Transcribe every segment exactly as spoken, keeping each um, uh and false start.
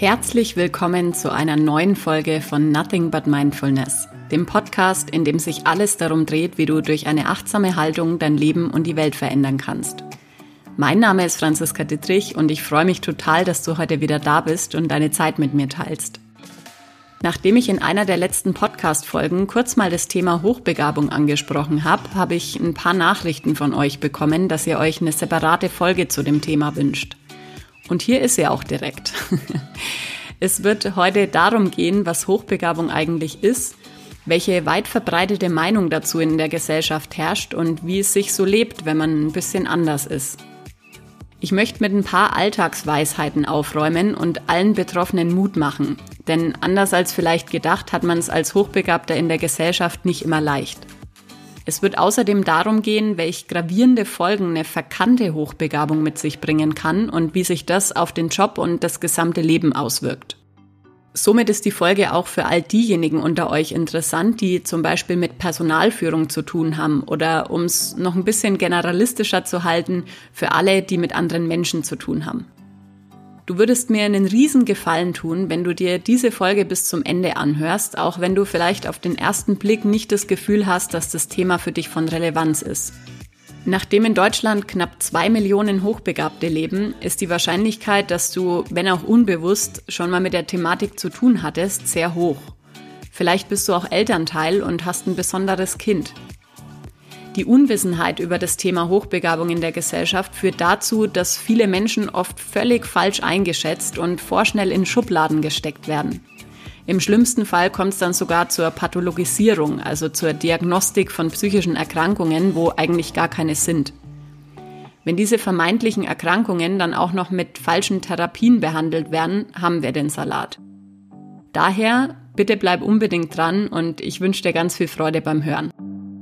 Herzlich willkommen zu einer neuen Folge von Nothing But Mindfulness, dem Podcast, in dem sich alles darum dreht, wie du durch eine achtsame Haltung dein Leben und die Welt verändern kannst. Mein Name ist Franziska Dittrich und ich freue mich total, dass du heute wieder da bist und deine Zeit mit mir teilst. Nachdem ich in einer der letzten Podcast-Folgen kurz mal das Thema Hochbegabung angesprochen habe, habe ich ein paar Nachrichten von euch bekommen, dass ihr euch eine separate Folge zu dem Thema wünscht. Und hier ist sie auch direkt. Es wird heute darum gehen, was Hochbegabung eigentlich ist, welche weit verbreitete Meinung dazu in der Gesellschaft herrscht und wie es sich so lebt, wenn man ein bisschen anders ist. Ich möchte mit ein paar Alltagsweisheiten aufräumen und allen Betroffenen Mut machen, denn anders als vielleicht gedacht, hat man es als Hochbegabter in der Gesellschaft nicht immer leicht. Es wird außerdem darum gehen, welch gravierende Folgen eine verkannte Hochbegabung mit sich bringen kann und wie sich das auf den Job und das gesamte Leben auswirkt. Somit ist die Folge auch für all diejenigen unter euch interessant, die zum Beispiel mit Personalführung zu tun haben oder, um es noch ein bisschen generalistischer zu halten, für alle, die mit anderen Menschen zu tun haben. Du würdest mir einen riesen Gefallen tun, wenn du dir diese Folge bis zum Ende anhörst, auch wenn du vielleicht auf den ersten Blick nicht das Gefühl hast, dass das Thema für dich von Relevanz ist. Nachdem in Deutschland knapp zwei Millionen Hochbegabte leben, ist die Wahrscheinlichkeit, dass du, wenn auch unbewusst, schon mal mit der Thematik zu tun hattest, sehr hoch. Vielleicht bist du auch Elternteil und hast ein besonderes Kind. Die Unwissenheit über das Thema Hochbegabung in der Gesellschaft führt dazu, dass viele Menschen oft völlig falsch eingeschätzt und vorschnell in Schubladen gesteckt werden. Im schlimmsten Fall kommt es dann sogar zur Pathologisierung, also zur Diagnostik von psychischen Erkrankungen, wo eigentlich gar keine sind. Wenn diese vermeintlichen Erkrankungen dann auch noch mit falschen Therapien behandelt werden, haben wir den Salat. Daher, bitte bleib unbedingt dran und ich wünsche dir ganz viel Freude beim Hören.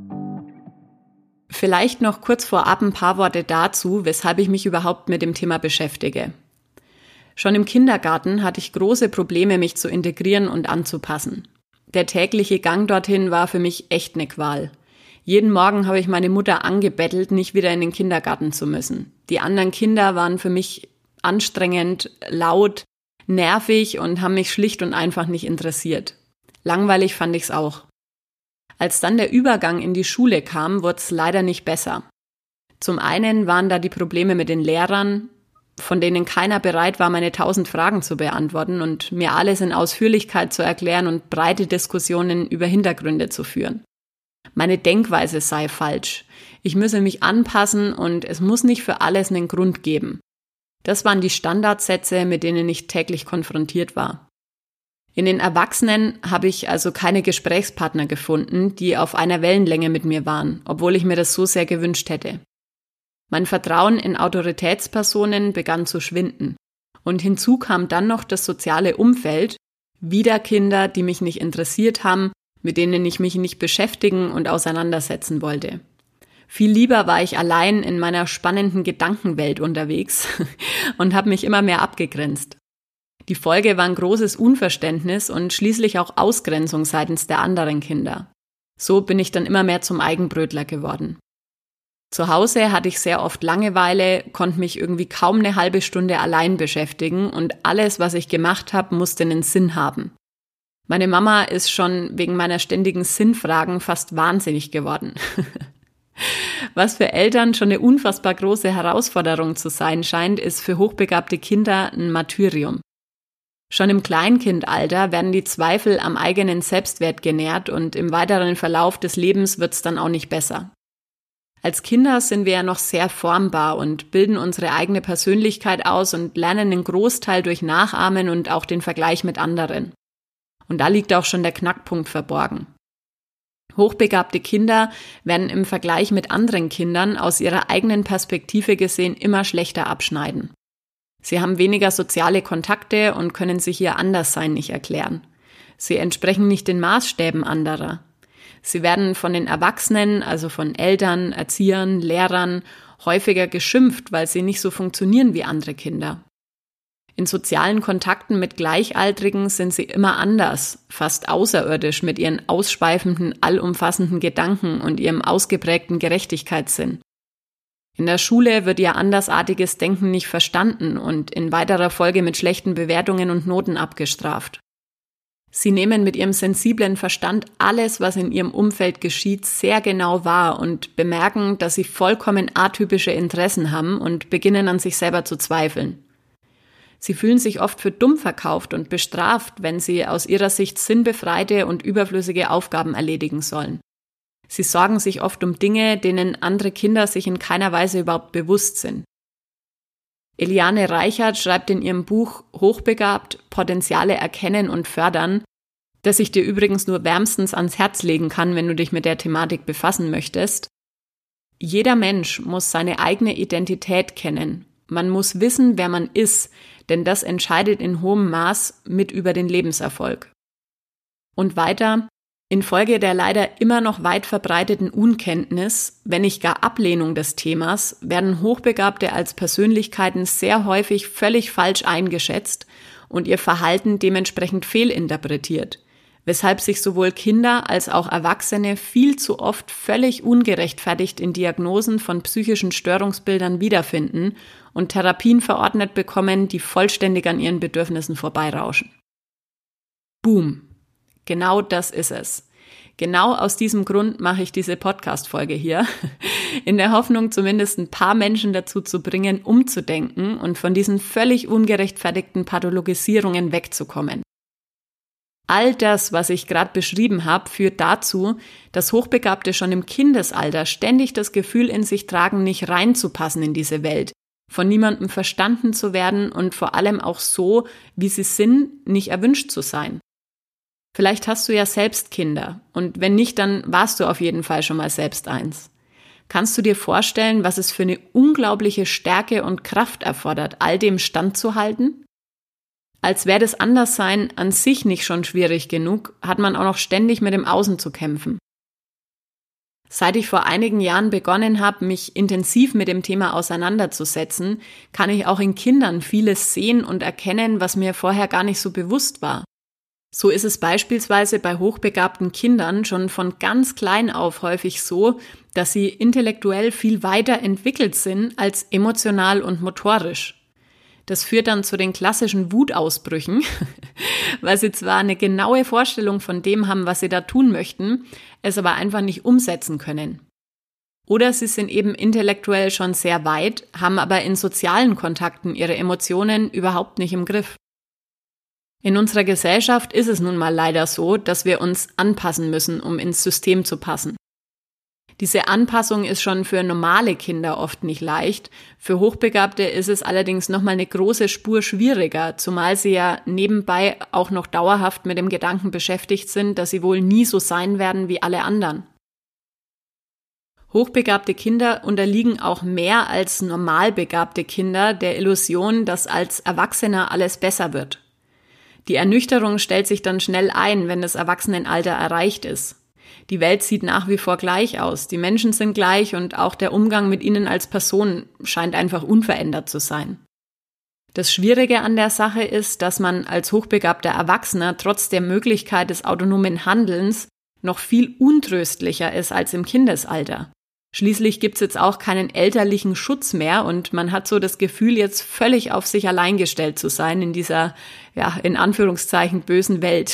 Vielleicht noch kurz vorab ein paar Worte dazu, weshalb ich mich überhaupt mit dem Thema beschäftige. Schon im Kindergarten hatte ich große Probleme, mich zu integrieren und anzupassen. Der tägliche Gang dorthin war für mich echt eine Qual. Jeden Morgen habe ich meine Mutter angebettelt, nicht wieder in den Kindergarten zu müssen. Die anderen Kinder waren für mich anstrengend, laut, nervig und haben mich schlicht und einfach nicht interessiert. Langweilig fand ich's auch. Als dann der Übergang in die Schule kam, wurde es leider nicht besser. Zum einen waren da die Probleme mit den Lehrern, von denen keiner bereit war, meine tausend Fragen zu beantworten und mir alles in Ausführlichkeit zu erklären und breite Diskussionen über Hintergründe zu führen. Meine Denkweise sei falsch. Ich müsse mich anpassen und es muss nicht für alles einen Grund geben. Das waren die Standardsätze, mit denen ich täglich konfrontiert war. In den Erwachsenen habe ich also keine Gesprächspartner gefunden, die auf einer Wellenlänge mit mir waren, obwohl ich mir das so sehr gewünscht hätte. Mein Vertrauen in Autoritätspersonen begann zu schwinden. Und hinzu kam dann noch das soziale Umfeld, wieder Kinder, die mich nicht interessiert haben, mit denen ich mich nicht beschäftigen und auseinandersetzen wollte. Viel lieber war ich allein in meiner spannenden Gedankenwelt unterwegs und habe mich immer mehr abgegrenzt. Die Folge war ein großes Unverständnis und schließlich auch Ausgrenzung seitens der anderen Kinder. So bin ich dann immer mehr zum Eigenbrötler geworden. Zu Hause hatte ich sehr oft Langeweile, konnte mich irgendwie kaum eine halbe Stunde allein beschäftigen und alles, was ich gemacht habe, musste einen Sinn haben. Meine Mama ist schon wegen meiner ständigen Sinnfragen fast wahnsinnig geworden. Was für Eltern schon eine unfassbar große Herausforderung zu sein scheint, ist für hochbegabte Kinder ein Martyrium. Schon im Kleinkindalter werden die Zweifel am eigenen Selbstwert genährt und im weiteren Verlauf des Lebens wird's dann auch nicht besser. Als Kinder sind wir ja noch sehr formbar und bilden unsere eigene Persönlichkeit aus und lernen einen Großteil durch Nachahmen und auch den Vergleich mit anderen. Und da liegt auch schon der Knackpunkt verborgen. Hochbegabte Kinder werden im Vergleich mit anderen Kindern aus ihrer eigenen Perspektive gesehen immer schlechter abschneiden. Sie haben weniger soziale Kontakte und können sich ihr Anderssein nicht erklären. Sie entsprechen nicht den Maßstäben anderer. Sie werden von den Erwachsenen, also von Eltern, Erziehern, Lehrern, häufiger geschimpft, weil sie nicht so funktionieren wie andere Kinder. In sozialen Kontakten mit Gleichaltrigen sind sie immer anders, fast außerirdisch mit ihren ausschweifenden, allumfassenden Gedanken und ihrem ausgeprägten Gerechtigkeitssinn. In der Schule wird ihr andersartiges Denken nicht verstanden und in weiterer Folge mit schlechten Bewertungen und Noten abgestraft. Sie nehmen mit ihrem sensiblen Verstand alles, was in ihrem Umfeld geschieht, sehr genau wahr und bemerken, dass sie vollkommen atypische Interessen haben und beginnen an sich selber zu zweifeln. Sie fühlen sich oft für dumm verkauft und bestraft, wenn sie aus ihrer Sicht sinnbefreite und überflüssige Aufgaben erledigen sollen. Sie sorgen sich oft um Dinge, denen andere Kinder sich in keiner Weise überhaupt bewusst sind. Eliane Reichert schreibt in ihrem Buch Hochbegabt, Potenziale erkennen und fördern, das ich dir übrigens nur wärmstens ans Herz legen kann, wenn du dich mit der Thematik befassen möchtest. Jeder Mensch muss seine eigene Identität kennen. Man muss wissen, wer man ist, denn das entscheidet in hohem Maß mit über den Lebenserfolg. Und weiter, infolge der leider immer noch weit verbreiteten Unkenntnis, wenn nicht gar Ablehnung des Themas, werden Hochbegabte als Persönlichkeiten sehr häufig völlig falsch eingeschätzt und ihr Verhalten dementsprechend fehlinterpretiert, weshalb sich sowohl Kinder als auch Erwachsene viel zu oft völlig ungerechtfertigt in Diagnosen von psychischen Störungsbildern wiederfinden und Therapien verordnet bekommen, die vollständig an ihren Bedürfnissen vorbeirauschen. Boom. Genau das ist es. Genau aus diesem Grund mache ich diese Podcast-Folge hier, in der Hoffnung, zumindest ein paar Menschen dazu zu bringen, umzudenken und von diesen völlig ungerechtfertigten Pathologisierungen wegzukommen. All das, was ich gerade beschrieben habe, führt dazu, dass Hochbegabte schon im Kindesalter ständig das Gefühl in sich tragen, nicht reinzupassen in diese Welt, von niemandem verstanden zu werden und vor allem auch so, wie sie sind, nicht erwünscht zu sein. Vielleicht hast du ja selbst Kinder und wenn nicht, dann warst du auf jeden Fall schon mal selbst eins. Kannst du dir vorstellen, was es für eine unglaubliche Stärke und Kraft erfordert, all dem standzuhalten? Als wäre das Anderssein an sich nicht schon schwierig genug, hat man auch noch ständig mit dem Außen zu kämpfen. Seit ich vor einigen Jahren begonnen habe, mich intensiv mit dem Thema auseinanderzusetzen, kann ich auch in Kindern vieles sehen und erkennen, was mir vorher gar nicht so bewusst war. So ist es beispielsweise bei hochbegabten Kindern schon von ganz klein auf häufig so, dass sie intellektuell viel weiter entwickelt sind als emotional und motorisch. Das führt dann zu den klassischen Wutausbrüchen, weil sie zwar eine genaue Vorstellung von dem haben, was sie da tun möchten, es aber einfach nicht umsetzen können. Oder sie sind eben intellektuell schon sehr weit, haben aber in sozialen Kontakten ihre Emotionen überhaupt nicht im Griff. In unserer Gesellschaft ist es nun mal leider so, dass wir uns anpassen müssen, um ins System zu passen. Diese Anpassung ist schon für normale Kinder oft nicht leicht. Für Hochbegabte ist es allerdings nochmal eine große Spur schwieriger, zumal sie ja nebenbei auch noch dauerhaft mit dem Gedanken beschäftigt sind, dass sie wohl nie so sein werden wie alle anderen. Hochbegabte Kinder unterliegen auch mehr als normal begabte Kinder der Illusion, dass als Erwachsener alles besser wird. Die Ernüchterung stellt sich dann schnell ein, wenn das Erwachsenenalter erreicht ist. Die Welt sieht nach wie vor gleich aus, die Menschen sind gleich und auch der Umgang mit ihnen als Person scheint einfach unverändert zu sein. Das Schwierige an der Sache ist, dass man als hochbegabter Erwachsener trotz der Möglichkeit des autonomen Handelns noch viel untröstlicher ist als im Kindesalter. Schließlich gibt's jetzt auch keinen elterlichen Schutz mehr und man hat so das Gefühl, jetzt völlig auf sich allein gestellt zu sein in dieser, ja, in Anführungszeichen bösen Welt.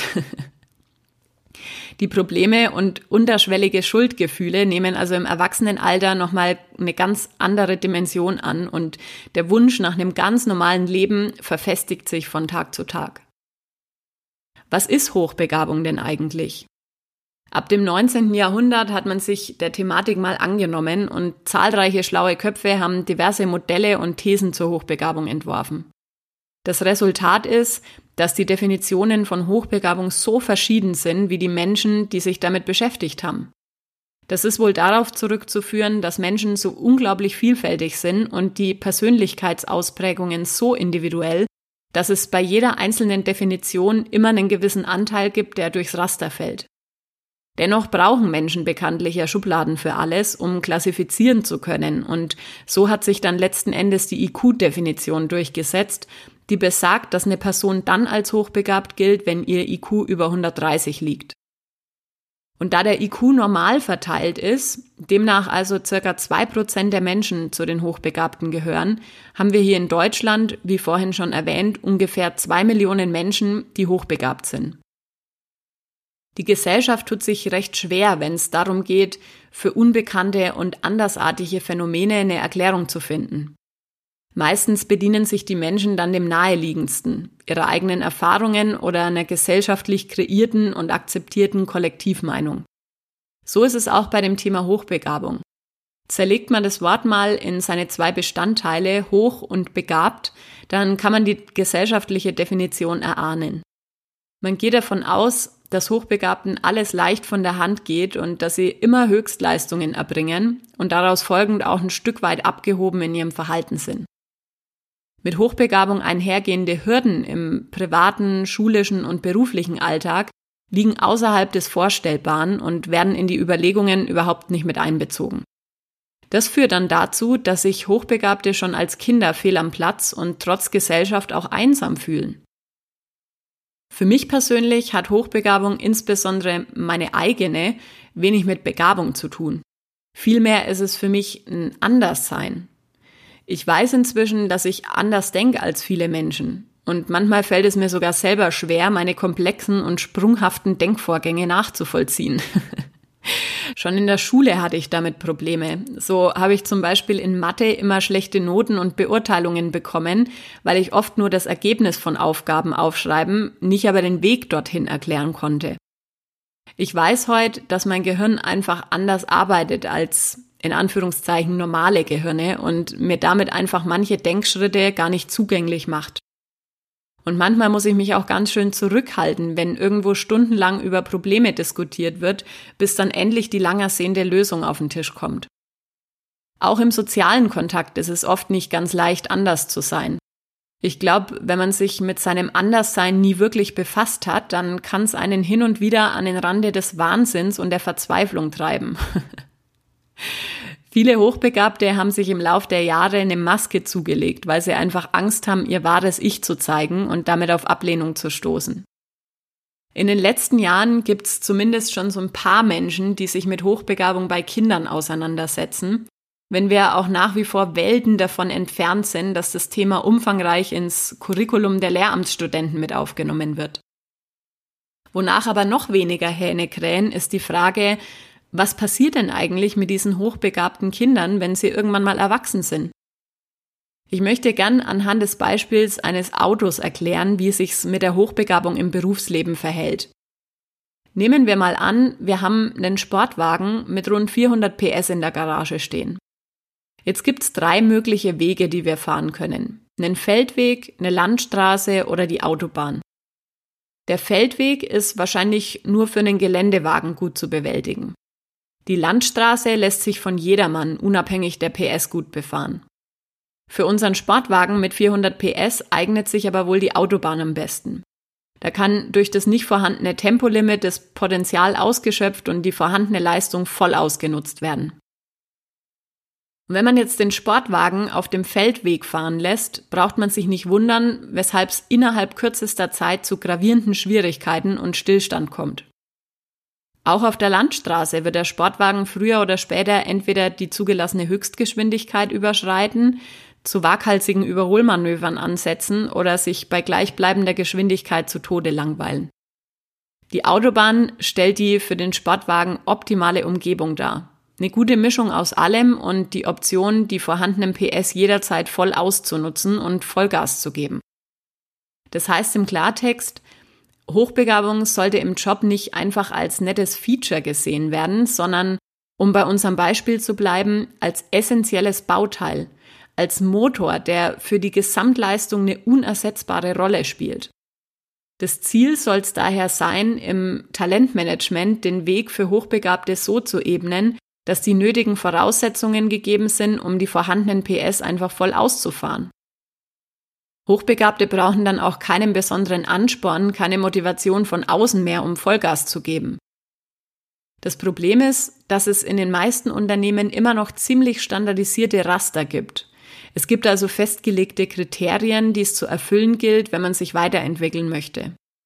Die Probleme und unterschwellige Schuldgefühle nehmen also im Erwachsenenalter nochmal eine ganz andere Dimension an und der Wunsch nach einem ganz normalen Leben verfestigt sich von Tag zu Tag. Was ist Hochbegabung denn eigentlich? Ab dem neunzehnten Jahrhundert hat man sich der Thematik mal angenommen und zahlreiche schlaue Köpfe haben diverse Modelle und Thesen zur Hochbegabung entworfen. Das Resultat ist, dass die Definitionen von Hochbegabung so verschieden sind wie die Menschen, die sich damit beschäftigt haben. Das ist wohl darauf zurückzuführen, dass Menschen so unglaublich vielfältig sind und die Persönlichkeitsausprägungen so individuell, dass es bei jeder einzelnen Definition immer einen gewissen Anteil gibt, der durchs Raster fällt. Dennoch brauchen Menschen bekanntlich ja Schubladen für alles, um klassifizieren zu können. Und so hat sich dann letzten Endes die I Q-Definition durchgesetzt, die besagt, dass eine Person dann als hochbegabt gilt, wenn ihr I Q über hundertdreißig liegt. Und da der I Q normal verteilt ist, demnach also circa zwei Prozent der Menschen zu den Hochbegabten gehören, haben wir hier in Deutschland, wie vorhin schon erwähnt, ungefähr zwei Millionen Menschen, die hochbegabt sind. Die Gesellschaft tut sich recht schwer, wenn es darum geht, für unbekannte und andersartige Phänomene eine Erklärung zu finden. Meistens bedienen sich die Menschen dann dem Naheliegendsten, ihrer eigenen Erfahrungen oder einer gesellschaftlich kreierten und akzeptierten Kollektivmeinung. So ist es auch bei dem Thema Hochbegabung. Zerlegt man das Wort mal in seine zwei Bestandteile, hoch und begabt, dann kann man die gesellschaftliche Definition erahnen. Man geht davon aus, dass Hochbegabten alles leicht von der Hand geht und dass sie immer Höchstleistungen erbringen und daraus folgend auch ein Stück weit abgehoben in ihrem Verhalten sind. Mit Hochbegabung einhergehende Hürden im privaten, schulischen und beruflichen Alltag liegen außerhalb des Vorstellbaren und werden in die Überlegungen überhaupt nicht mit einbezogen. Das führt dann dazu, dass sich Hochbegabte schon als Kinder fehl am Platz und trotz Gesellschaft auch einsam fühlen. Für mich persönlich hat Hochbegabung, insbesondere meine eigene, wenig mit Begabung zu tun. Vielmehr ist es für mich ein Anderssein. Ich weiß inzwischen, dass ich anders denke als viele Menschen. Und manchmal fällt es mir sogar selber schwer, meine komplexen und sprunghaften Denkvorgänge nachzuvollziehen. Schon in der Schule hatte ich damit Probleme. So habe ich zum Beispiel in Mathe immer schlechte Noten und Beurteilungen bekommen, weil ich oft nur das Ergebnis von Aufgaben aufschreiben, nicht aber den Weg dorthin erklären konnte. Ich weiß heute, dass mein Gehirn einfach anders arbeitet als in Anführungszeichen normale Gehirne und mir damit einfach manche Denkschritte gar nicht zugänglich macht. Und manchmal muss ich mich auch ganz schön zurückhalten, wenn irgendwo stundenlang über Probleme diskutiert wird, bis dann endlich die lang ersehnte Lösung auf den Tisch kommt. Auch im sozialen Kontakt ist es oft nicht ganz leicht, anders zu sein. Ich glaube, wenn man sich mit seinem Anderssein nie wirklich befasst hat, dann kann es einen hin und wieder an den Rande des Wahnsinns und der Verzweiflung treiben. Viele Hochbegabte haben sich im Lauf der Jahre eine Maske zugelegt, weil sie einfach Angst haben, ihr wahres Ich zu zeigen und damit auf Ablehnung zu stoßen. In den letzten Jahren gibt es zumindest schon so ein paar Menschen, die sich mit Hochbegabung bei Kindern auseinandersetzen, wenn wir auch nach wie vor Welten davon entfernt sind, dass das Thema umfangreich ins Curriculum der Lehramtsstudenten mit aufgenommen wird. Wonach aber noch weniger Hähne krähen, ist die Frage, was passiert denn eigentlich mit diesen hochbegabten Kindern, wenn sie irgendwann mal erwachsen sind? Ich möchte gern anhand des Beispiels eines Autos erklären, wie es sich mit der Hochbegabung im Berufsleben verhält. Nehmen wir mal an, wir haben einen Sportwagen mit rund vierhundert P S in der Garage stehen. Jetzt gibt's drei mögliche Wege, die wir fahren können. Einen Feldweg, eine Landstraße oder die Autobahn. Der Feldweg ist wahrscheinlich nur für einen Geländewagen gut zu bewältigen. Die Landstraße lässt sich von jedermann, unabhängig der P S, gut befahren. Für unseren Sportwagen mit vierhundert P S eignet sich aber wohl die Autobahn am besten. Da kann durch das nicht vorhandene Tempolimit das Potenzial ausgeschöpft und die vorhandene Leistung voll ausgenutzt werden. Und wenn man jetzt den Sportwagen auf dem Feldweg fahren lässt, braucht man sich nicht wundern, weshalb es innerhalb kürzester Zeit zu gravierenden Schwierigkeiten und Stillstand kommt. Auch auf der Landstraße wird der Sportwagen früher oder später entweder die zugelassene Höchstgeschwindigkeit überschreiten, zu waghalsigen Überholmanövern ansetzen oder sich bei gleichbleibender Geschwindigkeit zu Tode langweilen. Die Autobahn stellt die für den Sportwagen optimale Umgebung dar. Eine gute Mischung aus allem und die Option, die vorhandenen P S jederzeit voll auszunutzen und Vollgas zu geben. Das heißt im Klartext, Hochbegabung sollte im Job nicht einfach als nettes Feature gesehen werden, sondern, um bei unserem Beispiel zu bleiben, als essentielles Bauteil, als Motor, der für die Gesamtleistung eine unersetzbare Rolle spielt. Das Ziel soll es daher sein, im Talentmanagement den Weg für Hochbegabte so zu ebnen, dass die nötigen Voraussetzungen gegeben sind, um die vorhandenen P S einfach voll auszufahren. Hochbegabte brauchen dann auch keinen besonderen Ansporn, keine Motivation von außen mehr, um Vollgas zu geben. Das Problem ist, dass es in den meisten Unternehmen immer noch ziemlich standardisierte Raster gibt. Es gibt also festgelegte Kriterien, die es zu erfüllen gilt, wenn man sich weiterentwickeln möchte.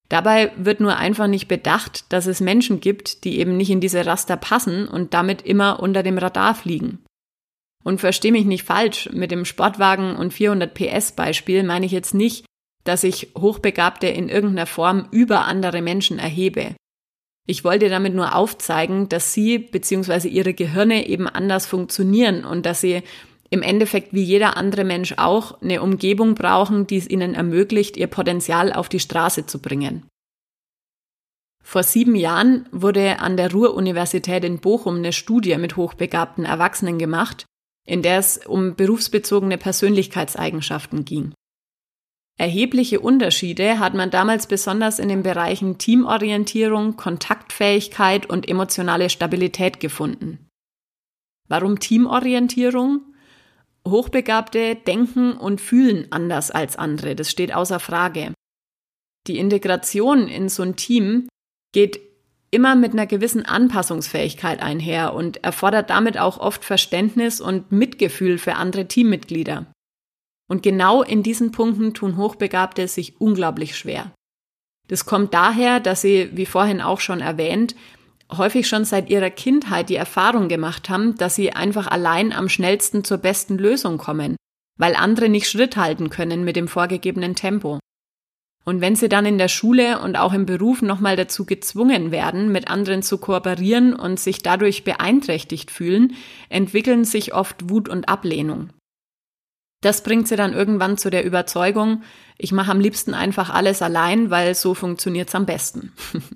Dabei wird nur einfach nicht bedacht, dass es Menschen gibt, die eben nicht in diese Raster passen und damit immer unter dem Radar fliegen. Und versteh mich nicht falsch, mit dem Sportwagen und vierhundert P S Beispiel meine ich jetzt nicht, dass ich Hochbegabte in irgendeiner Form über andere Menschen erhebe. Ich wollte damit nur aufzeigen, dass sie bzw. ihre Gehirne eben anders funktionieren und dass sie im Endeffekt wie jeder andere Mensch auch eine Umgebung brauchen, die es ihnen ermöglicht, ihr Potenzial auf die Straße zu bringen. Vor sieben Jahren wurde an der Ruhr-Universität in Bochum eine Studie mit hochbegabten Erwachsenen gemacht, in der es um berufsbezogene Persönlichkeitseigenschaften ging. Erhebliche Unterschiede hat man damals besonders in den Bereichen Teamorientierung, Kontaktfähigkeit und emotionale Stabilität gefunden. Warum Teamorientierung? Hochbegabte denken und fühlen anders als andere, das steht außer Frage. Die Integration in so ein Team geht immer mit einer gewissen Anpassungsfähigkeit einher und erfordert damit auch oft Verständnis und Mitgefühl für andere Teammitglieder. Und genau in diesen Punkten tun Hochbegabte sich unglaublich schwer. Das kommt daher, dass sie, wie vorhin auch schon erwähnt, häufig schon seit ihrer Kindheit die Erfahrung gemacht haben, dass sie einfach allein am schnellsten zur besten Lösung kommen, weil andere nicht Schritt halten können mit dem vorgegebenen Tempo. Und wenn sie dann in der Schule und auch im Beruf nochmal dazu gezwungen werden, mit anderen zu kooperieren und sich dadurch beeinträchtigt fühlen, entwickeln sich oft Wut und Ablehnung. Das bringt sie dann irgendwann zu der Überzeugung, ich mache am liebsten einfach alles allein, weil so funktioniert's am besten.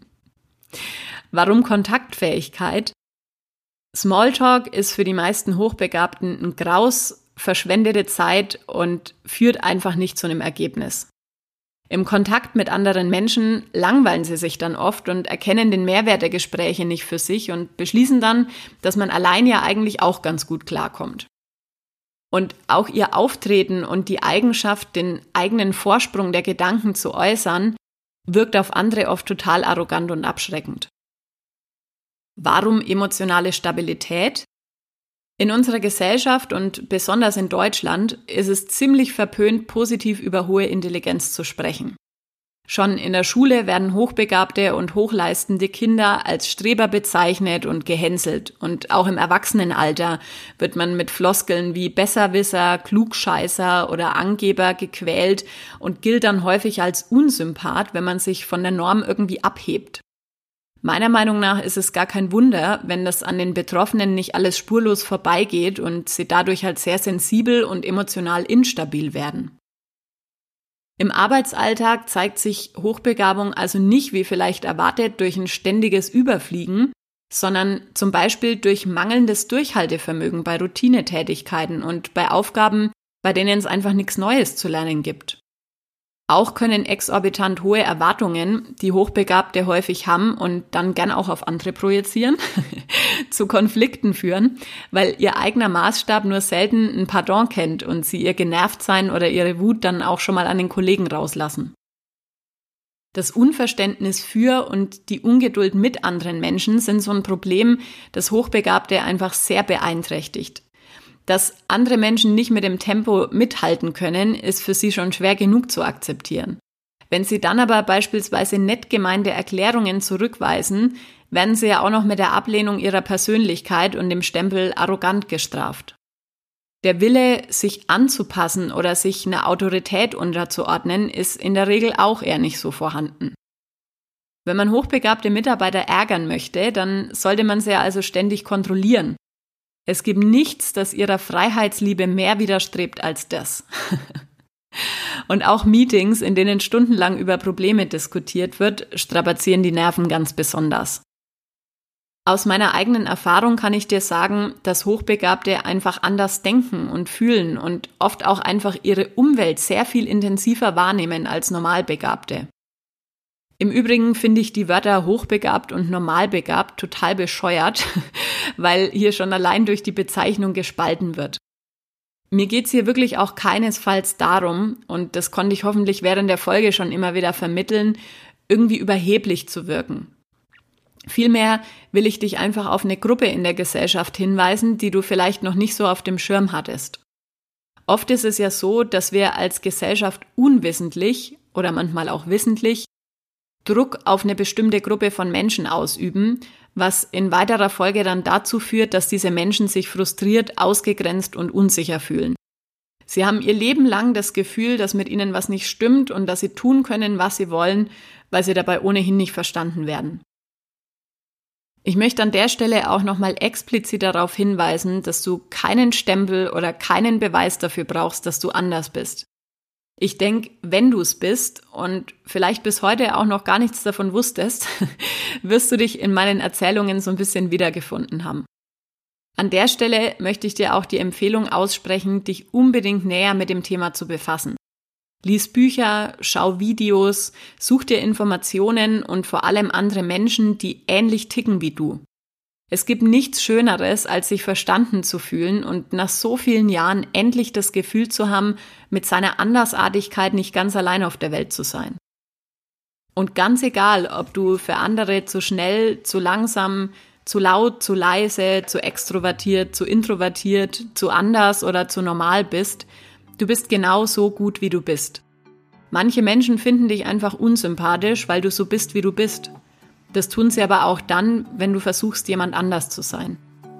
Warum Kontaktfähigkeit? Smalltalk ist für die meisten Hochbegabten ein Graus, verschwendete Zeit und führt einfach nicht zu einem Ergebnis. Im Kontakt mit anderen Menschen langweilen sie sich dann oft und erkennen den Mehrwert der Gespräche nicht für sich und beschließen dann, dass man allein ja eigentlich auch ganz gut klarkommt. Und auch ihr Auftreten und die Eigenschaft, den eigenen Vorsprung der Gedanken zu äußern, wirkt auf andere oft total arrogant und abschreckend. Warum emotionale Stabilität? In unserer Gesellschaft und besonders in Deutschland ist es ziemlich verpönt, positiv über hohe Intelligenz zu sprechen. Schon in der Schule werden hochbegabte und hochleistende Kinder als Streber bezeichnet und gehänselt. Und auch im Erwachsenenalter wird man mit Floskeln wie Besserwisser, Klugscheißer oder Angeber gequält und gilt dann häufig als Unsympath, wenn man sich von der Norm irgendwie abhebt. Meiner Meinung nach ist es gar kein Wunder, wenn das an den Betroffenen nicht alles spurlos vorbeigeht und sie dadurch halt sehr sensibel und emotional instabil werden. Im Arbeitsalltag zeigt sich Hochbegabung also nicht, wie vielleicht erwartet, durch ein ständiges Überfliegen, sondern zum Beispiel durch mangelndes Durchhaltevermögen bei Routinetätigkeiten und bei Aufgaben, bei denen es einfach nichts Neues zu lernen gibt. Auch können exorbitant hohe Erwartungen, die Hochbegabte häufig haben und dann gern auch auf andere projizieren, zu Konflikten führen, weil ihr eigener Maßstab nur selten ein Pardon kennt und sie ihr Genervtsein oder ihre Wut dann auch schon mal an den Kollegen rauslassen. Das Unverständnis für und die Ungeduld mit anderen Menschen sind so ein Problem, das Hochbegabte einfach sehr beeinträchtigt. Dass andere Menschen nicht mit dem Tempo mithalten können, ist für sie schon schwer genug zu akzeptieren. Wenn sie dann aber beispielsweise nett gemeinte Erklärungen zurückweisen, werden sie ja auch noch mit der Ablehnung ihrer Persönlichkeit und dem Stempel arrogant gestraft. Der Wille, sich anzupassen oder sich einer Autorität unterzuordnen, ist in der Regel auch eher nicht so vorhanden. Wenn man hochbegabte Mitarbeiter ärgern möchte, dann sollte man sie also ständig kontrollieren. Es gibt nichts, das ihrer Freiheitsliebe mehr widerstrebt als das. Und auch Meetings, in denen stundenlang über Probleme diskutiert wird, strapazieren die Nerven ganz besonders. Aus meiner eigenen Erfahrung kann ich dir sagen, dass Hochbegabte einfach anders denken und fühlen und oft auch einfach ihre Umwelt sehr viel intensiver wahrnehmen als Normalbegabte. Im Übrigen finde ich die Wörter hochbegabt und normalbegabt total bescheuert, weil hier schon allein durch die Bezeichnung gespalten wird. Mir geht's hier wirklich auch keinesfalls darum, und das konnte ich hoffentlich während der Folge schon immer wieder vermitteln, irgendwie überheblich zu wirken. Vielmehr will ich dich einfach auf eine Gruppe in der Gesellschaft hinweisen, die du vielleicht noch nicht so auf dem Schirm hattest. Oft ist es ja so, dass wir als Gesellschaft unwissentlich oder manchmal auch wissentlich Druck auf eine bestimmte Gruppe von Menschen ausüben, was in weiterer Folge dann dazu führt, dass diese Menschen sich frustriert, ausgegrenzt und unsicher fühlen. Sie haben ihr Leben lang das Gefühl, dass mit ihnen was nicht stimmt und dass sie tun können, was sie wollen, weil sie dabei ohnehin nicht verstanden werden. Ich möchte an der Stelle auch nochmal explizit darauf hinweisen, dass du keinen Stempel oder keinen Beweis dafür brauchst, dass du anders bist. Ich denke, wenn du es bist und vielleicht bis heute auch noch gar nichts davon wusstest, wirst du dich in meinen Erzählungen so ein bisschen wiedergefunden haben. An der Stelle möchte ich dir auch die Empfehlung aussprechen, dich unbedingt näher mit dem Thema zu befassen. Lies Bücher, schau Videos, such dir Informationen und vor allem andere Menschen, die ähnlich ticken wie du. Es gibt nichts Schöneres, als sich verstanden zu fühlen und nach so vielen Jahren endlich das Gefühl zu haben, mit seiner Andersartigkeit nicht ganz allein auf der Welt zu sein. Und ganz egal, ob du für andere zu schnell, zu langsam, zu laut, zu leise, zu extrovertiert, zu introvertiert, zu anders oder zu normal bist, du bist genau so gut, wie du bist. Manche Menschen finden dich einfach unsympathisch, weil du so bist, wie du bist. Das tun sie aber auch dann, wenn du versuchst, jemand anders zu sein.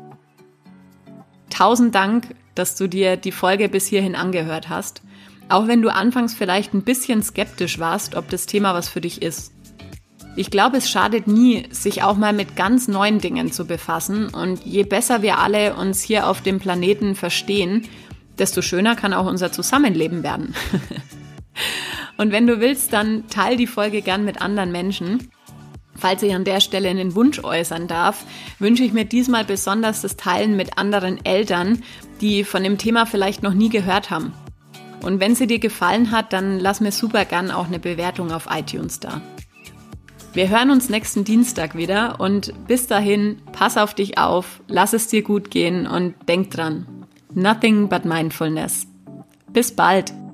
Tausend Dank, dass du dir die Folge bis hierhin angehört hast, auch wenn du anfangs vielleicht ein bisschen skeptisch warst, ob das Thema was für dich ist. Ich glaube, es schadet nie, sich auch mal mit ganz neuen Dingen zu befassen und je besser wir alle uns hier auf dem Planeten verstehen, desto schöner kann auch unser Zusammenleben werden. Und wenn du willst, dann teil die Folge gern mit anderen Menschen. Falls ich an der Stelle einen Wunsch äußern darf, wünsche ich mir diesmal besonders das Teilen mit anderen Eltern, die von dem Thema vielleicht noch nie gehört haben. Und wenn sie dir gefallen hat, dann lass mir super gern auch eine Bewertung auf iTunes da. Wir hören uns nächsten Dienstag wieder und bis dahin, pass auf dich auf, lass es dir gut gehen und denk dran. Nothing but mindfulness. Bis bald!